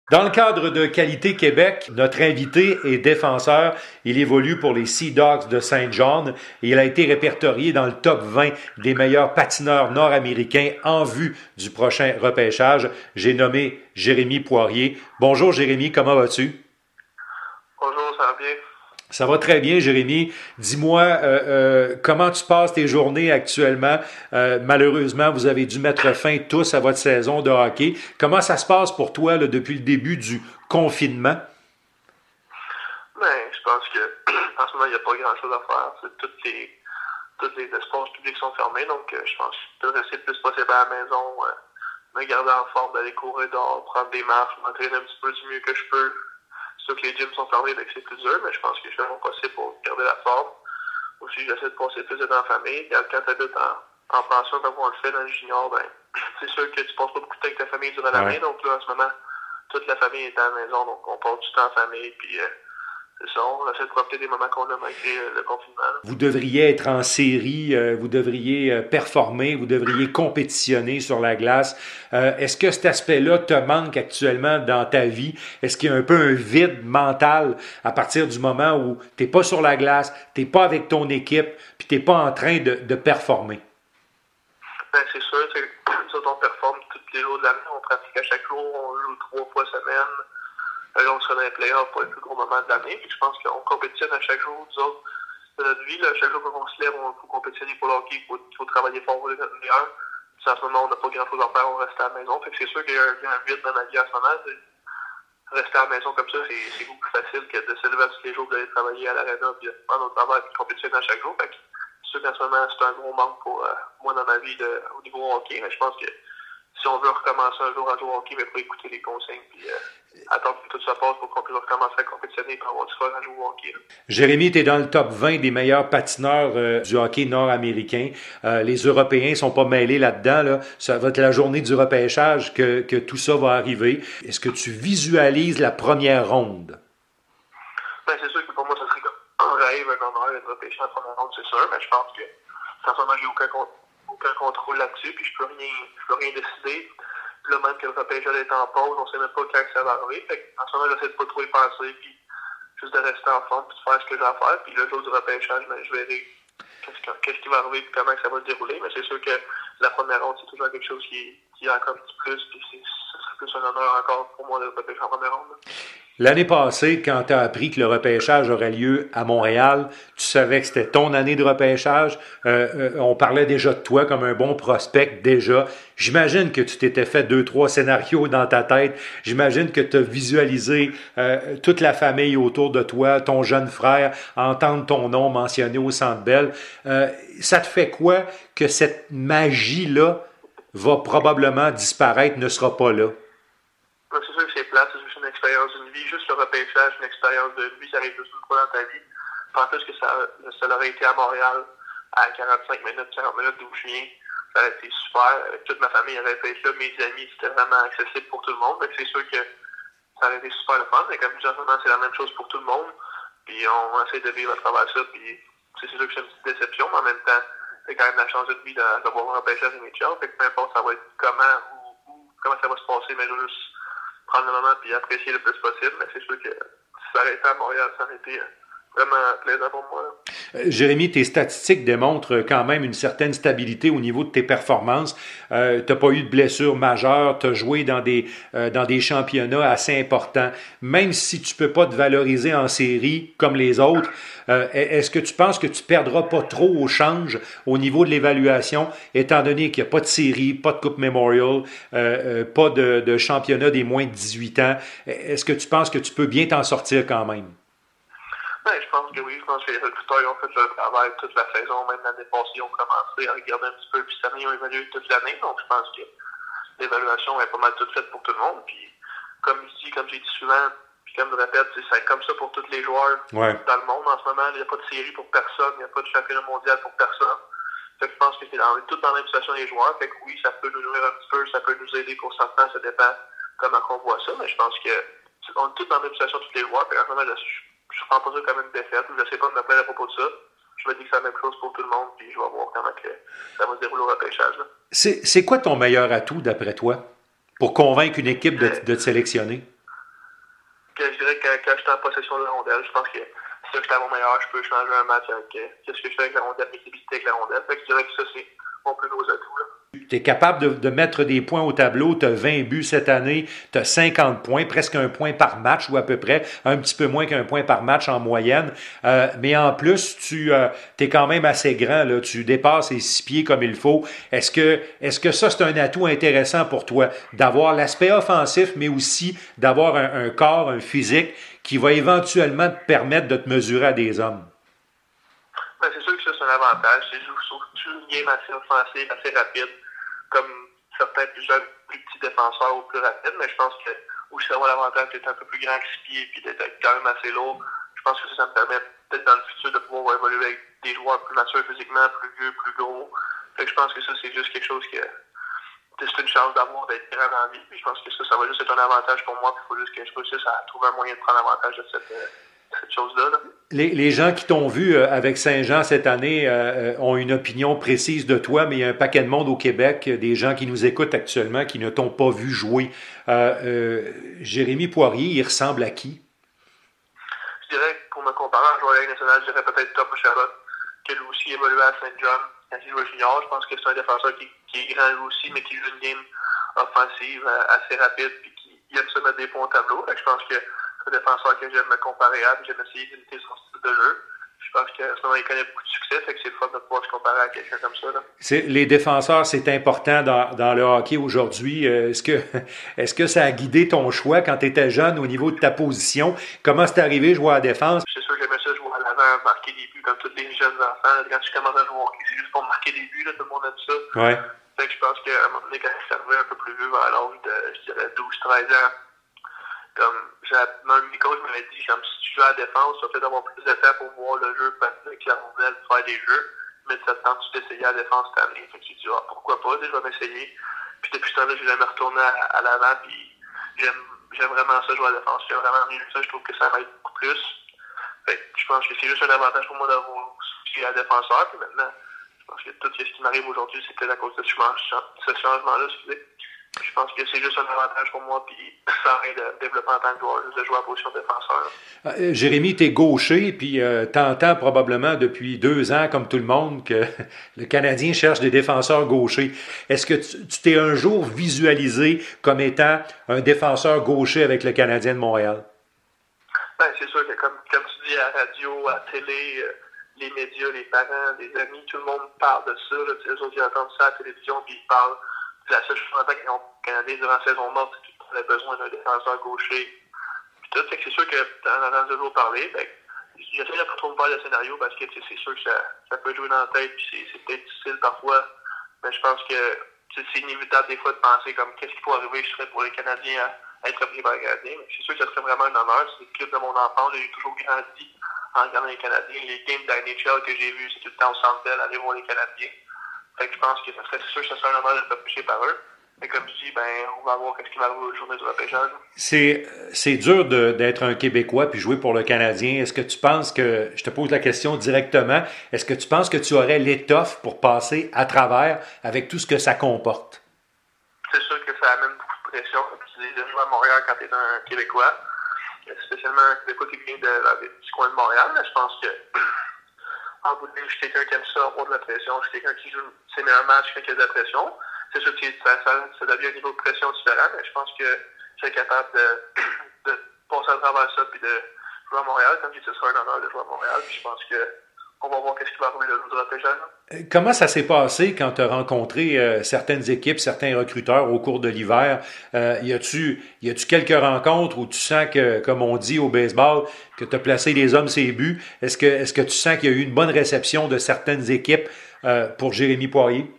Dans le cadre de Qualité Québec, notre invité est défenseur. Il évolue pour les Sea Dogs de Saint John et il a été répertorié dans le top 20 des meilleurs patineurs nord-américains en vue du prochain repêchage. J'ai nommé Jérémy Poirier. Bonjour Jérémy, comment vas-tu? Bonjour, ça va bien? Ça va très bien, Jérémy. Dis-moi, comment tu passes tes journées actuellement? Malheureusement, vous avez dû mettre fin tous à votre saison de hockey. Comment ça se passe pour toi là, depuis le début du confinement? Ben, je pense que en ce moment, il n'y a pas grand-chose à faire. Tous les espaces publics sont fermés, donc je pense que je peux rester le plus possible à la maison, me garder en forme, d'aller courir dehors, prendre des marches, m'entraîner un petit peu du mieux que je peux. C'est sûr que les gyms sont fermés, donc c'est plus dur, mais je pense que je fais mon possible pour garder la forme. Aussi, j'essaie de passer plus de temps en famille. Quand tu habites en pension, comme on le fait dans le junior, ben, c'est sûr que tu passes pas beaucoup de temps avec ta famille durant l'année. Donc là, en ce moment, toute la famille est à la maison, donc on passe du temps en famille, puis c'est ça, on essaie de profiter des moments qu'on a malgré le confinement. Vous devriez être en série, vous devriez performer, vous devriez compétitionner sur la glace. Est-ce que cet aspect-là te manque actuellement dans ta vie? Est-ce qu'il y a un peu un vide mental à partir du moment où tu n'es pas sur la glace, tu n'es pas avec ton équipe, puis tu n'es pas en train de performer? Ben, c'est sûr, nous on performe tous les jours de l'année, on pratique à chaque jour, on joue 3 fois semaine. Là, on sera dans les playoffs pour les plus gros moments de l'année. Puis je pense qu'on compétitionne à chaque jour, nous autres, de notre vie. Là, chaque jour qu'on se lève, on faut compétitionner pour le hockey, il faut travailler fort pour notre meilleur. Puis en ce moment, on n'a pas grand-chose à faire, on reste à la maison. Fait que c'est sûr qu'il y a un vide dans ma vie en ce moment. Rester à la maison comme ça, c'est beaucoup plus facile que de se lever tous les jours, d'aller travailler à l'aréna, puis en autre travail, puis compétitionner à chaque jour. Fait que c'est sûr qu'en ce moment, c'est un gros manque pour moi dans ma vie au niveau hockey. Mais je pense que si on veut recommencer un jour à jouer au hockey, il faut écouter les consignes, puis attendre que tout ça passe pour qu'on puisse recommencer à compétitionner et avoir du fun à jouer au hockey. Jérémy, tu es dans le top 20 des meilleurs patineurs du hockey nord-américain. Les Européens sont pas mêlés là-dedans. Là. Ça va être la journée du repêchage que tout ça va arriver. Est-ce que tu visualises la première ronde? Ben, c'est sûr que pour moi, ça serait un rêve, un honneur d'être repêché en première ronde, c'est sûr, mais je pense que en ce moment, j'ai aucun contrôle là-dessus, puis je peux rien décider. Puis là, même que le repêchage est en pause, on sait même pas quand ça va arriver. Fait en ce moment, j'essaie de pas trop y penser, puis juste de rester en forme, puis de faire ce que j'ai à faire. Puis le jour du repêchage, ben, je verrai qu'est-ce qui va arriver, puis comment ça va se dérouler. Mais c'est sûr que la première ronde, c'est toujours quelque chose qui a encore un petit plus, puis ce serait plus un honneur encore pour moi de repêcher en première ronde. L'année passée, quand tu as appris que le repêchage aurait lieu à Montréal, tu savais que c'était ton année de repêchage. On parlait déjà de toi comme un bon prospect déjà. J'imagine que tu t'étais fait 2-3 scénarios dans ta tête. J'imagine que tu as visualisé toute la famille autour de toi, ton jeune frère, entendre ton nom mentionné au Centre Bell. Ça te fait quoi que cette magie-là va probablement disparaître, ne sera pas là? C'est sûr que c'est plate, c'est juste une expérience d'une vie. Juste le repêchage, une expérience de vie, ça arrive juste une fois dans ta vie. En plus que ça aurait été à Montréal, à 45 minutes, 40 minutes d'où je viens, ça aurait été super. Avec toute ma famille aurait été là, mes amis, c'était vraiment accessible pour tout le monde. Donc c'est sûr que ça aurait été super le fun. Mais comme je dis en ce moment, c'est la même chose pour tout le monde. Puis on essaie de vivre à travers ça. Puis c'est sûr que c'est une petite déception, mais en même temps, c'est quand même la chance de vie d'avoir un repêchage NHL. Fait que peu importe ça va être comment ça va se passer, mais je veux juste prendre le moment et apprécier le plus possible. Mais c'est sûr que si ça aurait été à Montréal, ça aurait été vraiment plaisant pour moi. Jérémy, tes statistiques démontrent quand même une certaine stabilité au niveau de tes performances. Tu n'as pas eu de blessures majeures, tu as joué dans des championnats assez importants. Même si tu ne peux pas te valoriser en série comme les autres, est-ce que tu penses que tu ne perdras pas trop au change au niveau de l'évaluation, étant donné qu'il n'y a pas de série, pas de Coupe Memorial, pas de championnat des moins de 18 ans? Est-ce que tu penses que tu peux bien t'en sortir quand même? Ben, je pense que oui. Je pense que les recruteurs ont fait leur travail toute la saison. Même l'année passée, ils ont commencé à regarder un petit peu. Puis cette année, ils ont évalué toute l'année. Donc, je pense que l'évaluation est pas mal toute faite pour tout le monde. Puis, comme j'ai dit souvent, puis comme je le répète, c'est comme ça pour tous les joueurs dans le monde en ce moment. Il n'y a pas de série pour personne. Il n'y a pas de championnat mondial pour personne. Fait que je pense que c'est tout dans la même situation des joueurs. Fait que oui, ça peut nous nourrir un petit peu. Ça peut nous aider pour certains. Ça dépend comment on voit ça. Mais je pense que on est tous dans la même situation tous les joueurs. Fait qu'en ce moment, je ne prends pas ça comme une défaite, je ne sais pas de me plaindre à propos de ça. Je me dis que c'est la même chose pour tout le monde, puis je vais voir comment ça va se dérouler au repêchage. C'est quoi ton meilleur atout, d'après toi, pour convaincre une équipe de te sélectionner? je dirais que quand j'étais en possession de la rondelle, je pense que si j'étais à mon meilleur, je peux changer un match avec qu'est-ce que je fais avec la rondelle, mes habilités avec la rondelle. Fait que je dirais que ça, c'est mon plus gros atout. Tu es capable de mettre des points au tableau, tu as 20 buts cette année, tu as 50 points, presque un point par match ou à peu près, un petit peu moins qu'un point par match en moyenne. Mais en plus, tu es quand même assez grand, là, tu dépasses les 6 pieds comme il faut. Est-ce que ça, c'est un atout intéressant pour toi, d'avoir l'aspect offensif, mais aussi d'avoir un corps, un physique qui va éventuellement te permettre de te mesurer à des hommes? Ben, c'est sûr que ça, c'est un avantage. C'est surtout une game assez offensive, assez rapide, comme certains plus jeunes, plus petits défenseurs ou plus rapides, mais je pense que aussi avoir l'avantage d'être un peu plus grand que 6 pieds et d'être quand même assez lourd, je pense que ça me permet peut-être dans le futur de pouvoir évoluer avec des joueurs plus matures physiquement, plus vieux, plus gros. Fait que je pense que ça, c'est juste quelque chose que c'est une chance d'avoir d'être grand dans la vie. Puis je pense que ça va juste être un avantage pour moi. Il faut juste que je réussisse à trouver un moyen de prendre avantage de cette chose-là. Là. Les gens qui t'ont vu avec Saint-Jean cette année ont une opinion précise de toi, mais il y a un paquet de monde au Québec, des gens qui nous écoutent actuellement, qui ne t'ont pas vu jouer. Jérémy Poirier, il ressemble à qui? Je dirais que pour me comparer à un joueur de la Ligue nationale, je dirais peut-être Tom Charlotte, qui lui aussi évolué à Saint-John quand il jouait junior. Je pense que c'est un défenseur qui est grand lui aussi, mais qui joue une game offensive assez rapide et qui aime se mettre des points au tableau. Je pense que c'est un défenseur que j'aime me comparer à, j'aime essayer d'imiter son style de jeu. Je pense qu'à ce moment, il connaît beaucoup de succès, fait que c'est le fun de pouvoir se comparer à quelqu'un comme ça. Là. Les défenseurs, c'est important dans le hockey aujourd'hui. Est-ce que ça a guidé ton choix quand tu étais jeune au niveau de ta position? Comment c'est arrivé jouer à la défense? C'est sûr que j'aimais ça jouer à l'avant, marquer des buts comme tous les jeunes enfants. Quand tu commences à jouer au hockey, c'est juste pour marquer des buts, là, tout le monde aime ça. Ouais. Fait que je pense qu'à un moment donné, quand je suis arrivé un peu plus vieux, vers l'âge de, je dirais, 12-13 ans, comme un de mes coachs m'avait dit, comme si tu joues à la défense, tu vas peut-être avoir plus de temps pour voir le jeu, avec la rondelle, faire des jeux, mais ça te tente d'essayer à la défense cette année. Fait que j'ai dit, pourquoi pas, je vais m'essayer. Puis depuis ce temps-là, j'ai jamais retourné à l'avant, puis j'aime vraiment ça jouer à la défense. J'aime vraiment mieux ça, je trouve que ça m'aide beaucoup plus. Fait que je pense que c'est juste un avantage pour moi d'avoir switché à défenseur, puis maintenant, je pense que tout ce qui m'arrive aujourd'hui, c'est peut-être à cause de ce changement-là, je pense que c'est juste un avantage pour moi, puis ça aide de développer en tant que joueur, juste de jouer en position de défenseur. Jérémy, t'es gaucher, puis t'entends probablement depuis 2 ans, comme tout le monde, que le Canadien cherche des défenseurs gauchers. Est-ce que tu t'es un jour visualisé comme étant un défenseur gaucher avec le Canadien de Montréal? Ben, c'est sûr que comme tu dis à la radio, à la télé, les médias, les parents, les amis, tout le monde parle de ça. Là, les autres, ils entendent ça à la télévision, puis ils parlent. La seule chose en tant que Canadien durant la saison morte, c'est qu'on avait besoin d'un défenseur gaucher. Puis tout, fait que c'est sûr que en entendant toujours parler, ben, j'essaie de pas trop me faire de scénario parce que c'est sûr que ça peut jouer dans la tête, puis c'est peut-être difficile parfois. Mais je pense que c'est inévitable des fois de penser comme qu'est-ce qu'il faut arriver, je serais pour les Canadiens à être repris par les Canadiens. Mais c'est sûr que ça serait vraiment un honneur. C'est le club de mon enfance. J'ai toujours grandi en regardant les Canadiens. Les games de la NHL que j'ai vus, c'est tout le temps au Centre Bell, aller voir les Canadiens. Fait que je pense que c'est sûr que ça serait un honneur d'être repêché par eux. Et comme je dis, on va voir ce qui va arriver aux journées du repêchage. C'est dur d'être un Québécois puis jouer pour le Canadien. Est-ce que tu penses que, je te pose la question directement, est-ce que tu penses que tu aurais l'étoffe pour passer à travers avec tout ce que ça comporte? C'est sûr que ça amène beaucoup de pression. Tu dis de jouer à Montréal quand tu es un Québécois, spécialement un Québécois qui vient du coin de Montréal. Mais je pense que en bout de ligne, je suis quelqu'un qui aime ça, avoir de la pression. Je suis quelqu'un qui joue ses meilleurs matchs quand il y a de la pression. C'est sûr que ça devient un niveau de pression différent, mais je pense que je suis capable de passer à travers ça puis de jouer à Montréal. Comme je dis, ce sera un honneur de jouer à Montréal. Puis je pense qu'on va voir ce qui va arriver le jour du repêchage. Comment ça s'est passé quand tu as rencontré certaines équipes, certains recruteurs au cours de l'hiver? Y a-tu quelques rencontres où tu sens que, comme on dit au baseball, que tu as placé les hommes ses buts? Est-ce que tu sens qu'il y a eu une bonne réception de certaines équipes pour Jérémy Poirier?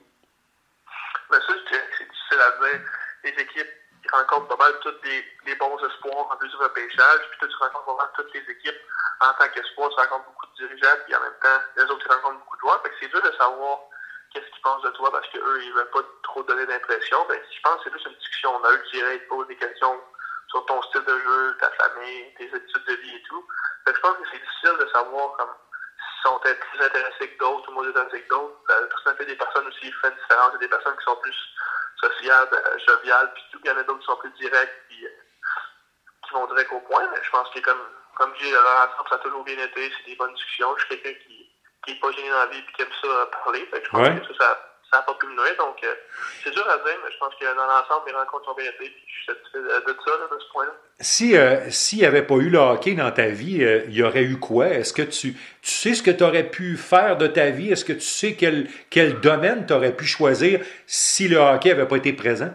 Mais ça, c'est difficile à dire. Les équipes rencontrent pas mal tous les bons espoirs en plus du repêchage, puis toi, tu rencontres pas mal toutes les équipes en tant qu'espoir, tu rencontres beaucoup de dirigeants, puis en même temps, les autres, tu rencontres beaucoup de joueurs. Fait que c'est dur de savoir qu'est-ce qu'ils pensent de toi parce qu'eux, ils veulent pas trop donner d'impression. Ben, je pense que c'est juste une discussion neutre, je dirais, ils te posent des questions sur ton style de jeu, ta famille, tes habitudes de vie et tout. Fait que je pense que c'est difficile de savoir comme s'ils sont plus intéressés que d'autres ou moins intéressés que d'autres. La personnalité des personnes aussi fait une différence. Il y a des personnes qui sont plus sociables, joviales, puis tout. Il y en a d'autres qui sont plus directs, puis qui qui vont direct au point. Mais je pense que comme je dis, l'ensemble, ça a toujours bien été. C'est des bonnes discussions. Je suis quelqu'un qui est pas gêné dans la vie et qui aime ça parler. Fait que je pense que ça n'a pas pu me nuire. Donc, c'est dur à dire, mais je pense que dans l'ensemble, mes rencontres ont bien été. Puis je suis satisfait de ça, là, de ce point-là. S'il n'y avait pas eu le hockey dans ta vie, il y aurait eu quoi? Est-ce que tu sais ce que tu aurais pu faire de ta vie? Est-ce que tu sais quel domaine tu aurais pu choisir si le hockey n'avait pas été présent?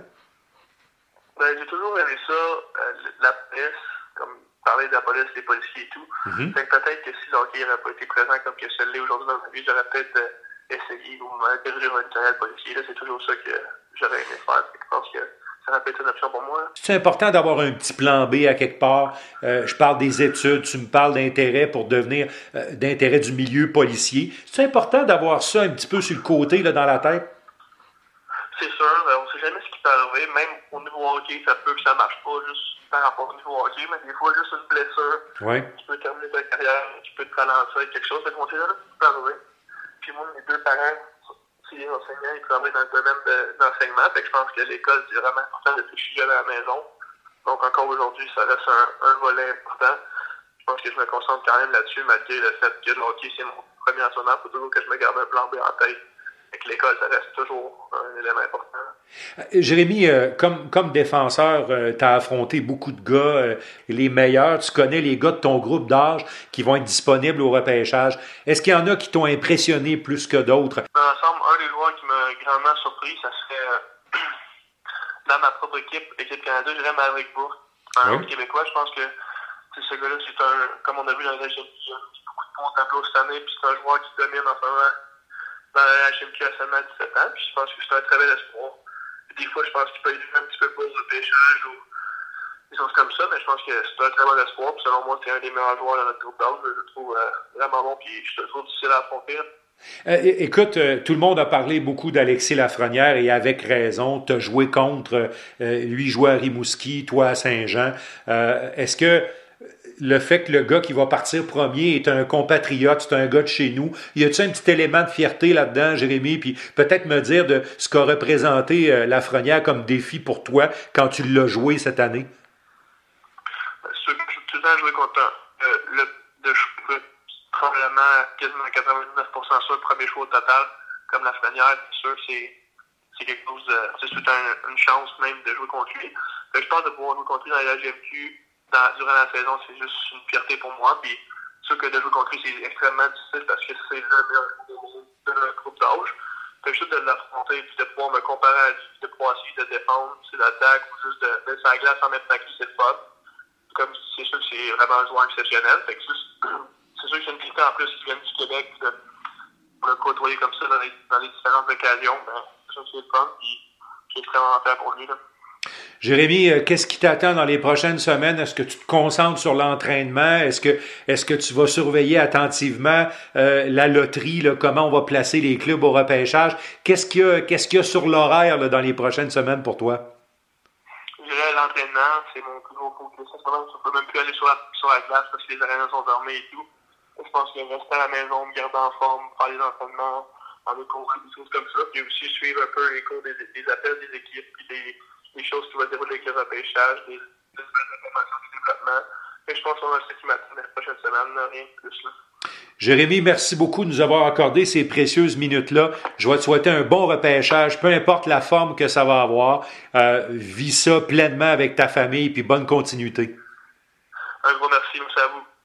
Ben, j'ai toujours aimé ça, la police, comme parler de la police, des policiers et tout. Fait que peut-être que si le hockey n'aurait pas été présent comme que ça l'est aujourd'hui dans ma vie, j'aurais peut-être essayé ou m'interroger un carrière policier. Là, c'est toujours ça que j'aurais aimé faire. Fait que je pense que ça aurait pu être une option pour moi. C'est important d'avoir un petit plan B à quelque part. Je parle des études, tu me parles d'intérêt pour devenir, d'intérêt du milieu policier. C'est important d'avoir ça un petit peu sur le côté, là, dans la tête? C'est sûr, on ne sait jamais ce qui peut arriver. Même au niveau hockey, ça peut que ça ne marche pas juste par rapport au niveau hockey, mais des fois, juste une blessure qui peut terminer ta carrière, qui peut te ralentir avec quelque chose. Donc, on ne sait jamais ce qui peut arriver. Puis moi, mes deux parents, c'est des enseignants, ils travaillent dans le domaine d'enseignement. Fait que je pense que l'école, c'est vraiment important depuis que je suis jeune à la maison. Donc, encore aujourd'hui, ça reste un volet important. Je pense que je me concentre quand même là-dessus, malgré le fait que le hockey, c'est mon premier enseignement. Il faut toujours que je me garde un plan B en tête. Avec l'école, ça reste toujours un élément important. Jérémy, comme défenseur, tu as affronté beaucoup de gars, les meilleurs. Tu connais les gars de ton groupe d'âge qui vont être disponibles au repêchage. Est-ce qu'il y en a qui t'ont impressionné plus que d'autres? Dans l'ensemble, un des joueurs qui m'a grandement surpris, ça serait dans ma propre équipe Canada, je dirais Maverick Bourque. Un Québécois, je pense que ce gars-là, c'est comme on a vu dans la HMQ, il y a beaucoup de bons tableaux cette année, puis c'est un joueur qui domine en ce moment dans la HMQ à seulement 17 ans, puis je pense que c'est un très bel espoir. Des fois, je pense qu'il peut être un petit peu plus de pêchage ou des choses comme ça, mais je pense que c'est un très bon espoir. Puis selon moi, c'est un des meilleurs joueurs dans notre groupe d'âge. Je le trouve vraiment bon, puis je le trouve difficile à affronter. Écoute, tout le monde a parlé beaucoup d'Alexis Lafrenière et avec raison. Tu as joué contre, lui jouait à Rimouski, toi à Saint-Jean. Est-ce que le fait que le gars qui va partir premier est un compatriote, c'est un gars de chez nous, y a-t-il un petit élément de fierté là-dedans, Jérémy, puis peut-être me dire de ce qu'a représenté Lafrenière comme défi pour toi quand tu l'as joué cette année? C'est sûr que j'ai tout le temps joué contre de jouer probablement quasiment 99% sur le premier choix au total, comme Lafrenière, c'est sûr c'est quelque chose de... C'est tout une chance même de jouer contre lui. Je pense de pouvoir jouer contre lui dans la GMQ durant la saison, c'est juste une fierté pour moi. Puis, sûr que de jouer contre lui, c'est extrêmement difficile parce que c'est le meilleur de notre groupe d'âge. Fait que juste de l'affronter puis de pouvoir me comparer à lui, de pouvoir essayer de défendre ses attaques ou juste de sa glace en mettre avec lui, c'est le fun. Comme c'est sûr que c'est vraiment un joueur exceptionnel. Fait que c'est sûr que c'est une fierté en plus qui vient du Québec de le côtoyer comme ça dans les différentes occasions. Ben, c'est sûr que c'est le fun. Puis, je suis extrêmement fier pour lui, là. Jérémy, qu'est-ce qui t'attend dans les prochaines semaines? Est-ce que tu te concentres sur l'entraînement? Est-ce que tu vas surveiller attentivement la loterie, là, comment on va placer les clubs au repêchage? Qu'est-ce qu'il y a sur l'horaire là, dans les prochaines semaines pour toi? Je dirais l'entraînement, c'est mon plus gros focus. On ne peut même plus aller sur la glace parce que les arénas sont fermées et tout. Je pense que rester à la maison, me garder en forme, faire les entraînements, faire des cours, des choses comme ça. Puis aussi suivre un peu les cours des appels des équipes puis des choses qui vont dérouler avec le repêchage, des informations de développement. Et je pense qu'on va ce qui m'attend les prochaines semaines, rien de plus. Là. Jérémy, merci beaucoup de nous avoir accordé ces précieuses minutes-là. Je vais te souhaiter un bon repêchage, peu importe la forme que ça va avoir. Vis ça pleinement avec ta famille, puis bonne continuité. Un gros merci à vous.